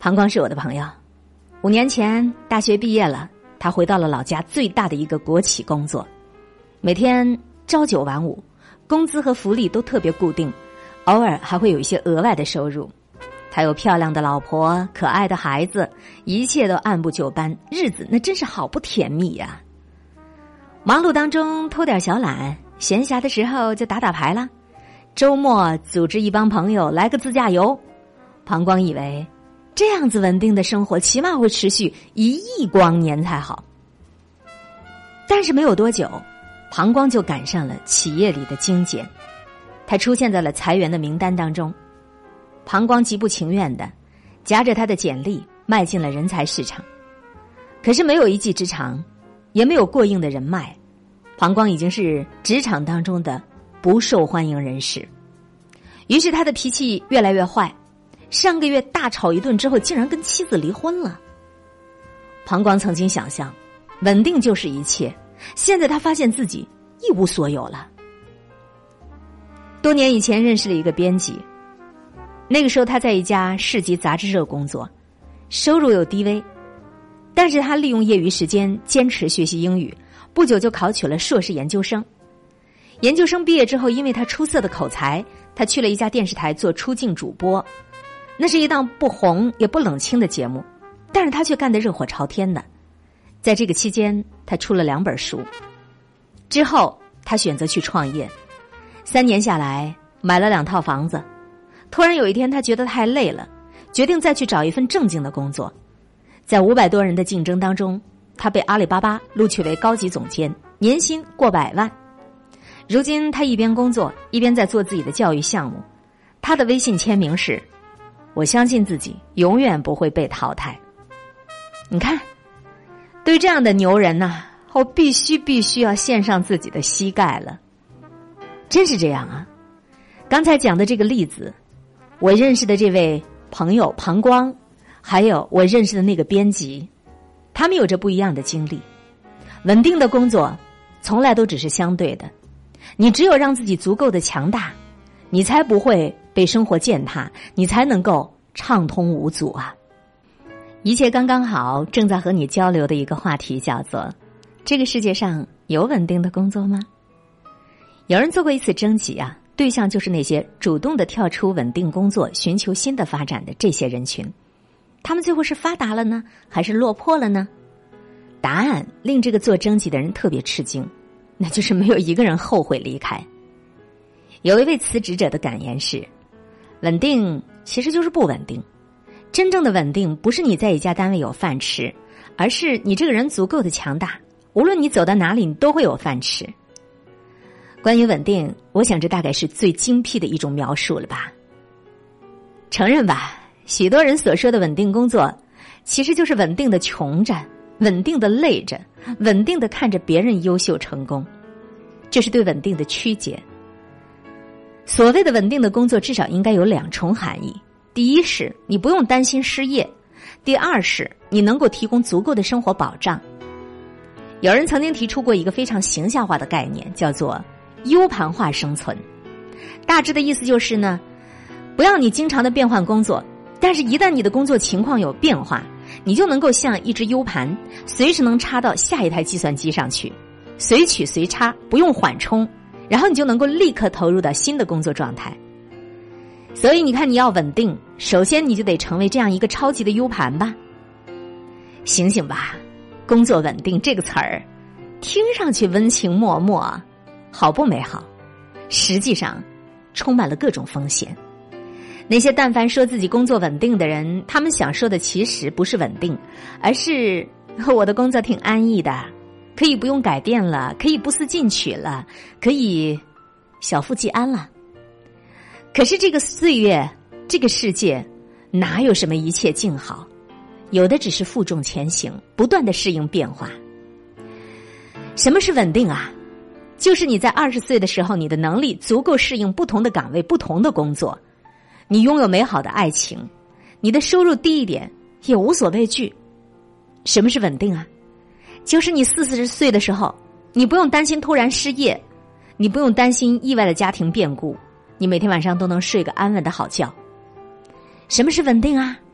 庞光是我的朋友，5年前大学毕业了，他回到了老家最大的一个国企工作，每天朝9晚5，工资和福利都特别固定，偶尔还会有一些额外的收入。他有漂亮的老婆，可爱的孩子，一切都按部就班，日子那真是好不甜蜜呀。忙碌当中偷点小懒，闲暇的时候就打打牌啦，周末组织一帮朋友来个自驾游。庞光以为这样子稳定的生活起码会持续1亿光年才好。但是没有多久，庞光就赶上了企业里的精简，他出现在了裁员的名单当中。庞光极不情愿地夹着他的简历迈进了人才市场，可是没有一技之长，也没有过硬的人脉，庞光已经是职场当中的不受欢迎人士。于是他的脾气越来越坏，上个月大吵一顿之后，竟然跟妻子离婚了。庞光曾经想象稳定就是一切，现在他发现自己一无所有了。多年以前认识了一个编辑，那个时候他在一家市级杂志社工作，收入又低微，但是他利用业余时间坚持学习英语，不久就考取了硕士研究生。研究生毕业之后，因为他出色的口才，他去了一家电视台做出镜主播，那是一档不红也不冷清的节目，但是他却干得热火朝天的。在这个期间，他出了2本书。之后他选择去创业，3年下来买了2套房子。突然有一天他觉得太累了，决定再去找一份正经的工作。在500多人的竞争当中，他被阿里巴巴录取为高级总监，年薪过100万。如今他一边工作一边在做自己的教育项目，他的微信签名是：我相信自己永远不会被淘汰。你看，对这样的牛人呐，我必须要献上自己的膝盖了。真是这样啊。刚才讲的这个例子，我认识的这位朋友庞光，还有我认识的那个编辑，他们有着不一样的经历。稳定的工作从来都只是相对的，你只有让自己足够的强大，你才不会被生活践踏，你才能够畅通无阻啊。一切刚刚好，正在和你交流的一个话题叫做：这个世界上有稳定的工作吗？有人做过一次征集啊，对象就是那些主动的跳出稳定工作，寻求新的发展的这些人群。他们最后是发达了呢，还是落魄了呢？答案令这个做征集的人特别吃惊，那就是没有一个人后悔离开。有一位辞职者的感言是：稳定其实就是不稳定，真正的稳定不是你在一家单位有饭吃，而是你这个人足够的强大，无论你走到哪里，你都会有饭吃。关于稳定，我想这大概是最精辟的一种描述了吧。承认吧，许多人所说的稳定工作，其实就是稳定的穷着，稳定的累着，稳定的看着别人优秀成功，这是对稳定的曲解。所谓的稳定的工作至少应该有2重含义：第一是你不用担心失业，第二是你能够提供足够的生活保障。有人曾经提出过一个非常形象化的概念，叫做U盘化生存。大致的意思就是呢，不要你经常的变换工作，但是一旦你的工作情况有变化，你就能够像一只 U 盘，随时能插到下一台计算机上去，随取随插，不用缓冲，然后你就能够立刻投入到新的工作状态。所以你看，你要稳定，首先你就得成为这样一个超级的 U 盘吧。醒醒吧，工作稳定这个词儿听上去温情脉脉，好不美好，实际上充满了各种风险。那些但凡说自己工作稳定的人，他们想说的其实不是稳定，而是我的工作挺安逸的，可以不用改变了，可以不思进取了，可以小富即安了。可是这个岁月，这个世界哪有什么一切静好，有的只是负重前行，不断的适应变化。什么是稳定啊？就是你在20岁的时候，你的能力足够适应不同的岗位，不同的工作，你拥有美好的爱情，你的收入低一点也无所畏惧。什么是稳定啊？就是你40岁的时候，你不用担心突然失业，你不用担心意外的家庭变故，你每天晚上都能睡个安稳的好觉。什么是稳定啊？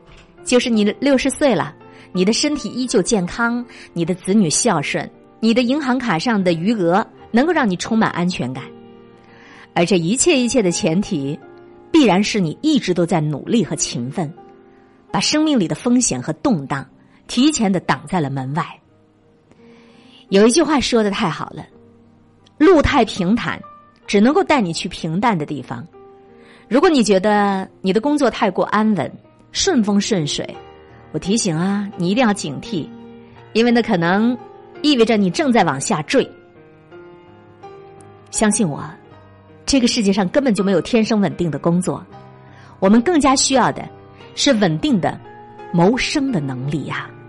就是你60岁了，你的身体依旧健康，你的子女孝顺，你的银行卡上的余额能够让你充满安全感。而这一切的前提，必然是你一直都在努力和勤奋，把生命里的风险和动荡提前的挡在了门外。有一句话说得太好了，路太平坦，只能够带你去平淡的地方。如果你觉得你的工作太过安稳，顺风顺水，我提醒啊，你一定要警惕，因为那可能意味着你正在往下坠。相信我，这个世界上根本就没有天生稳定的工作，我们更加需要的是稳定的谋生的能力呀。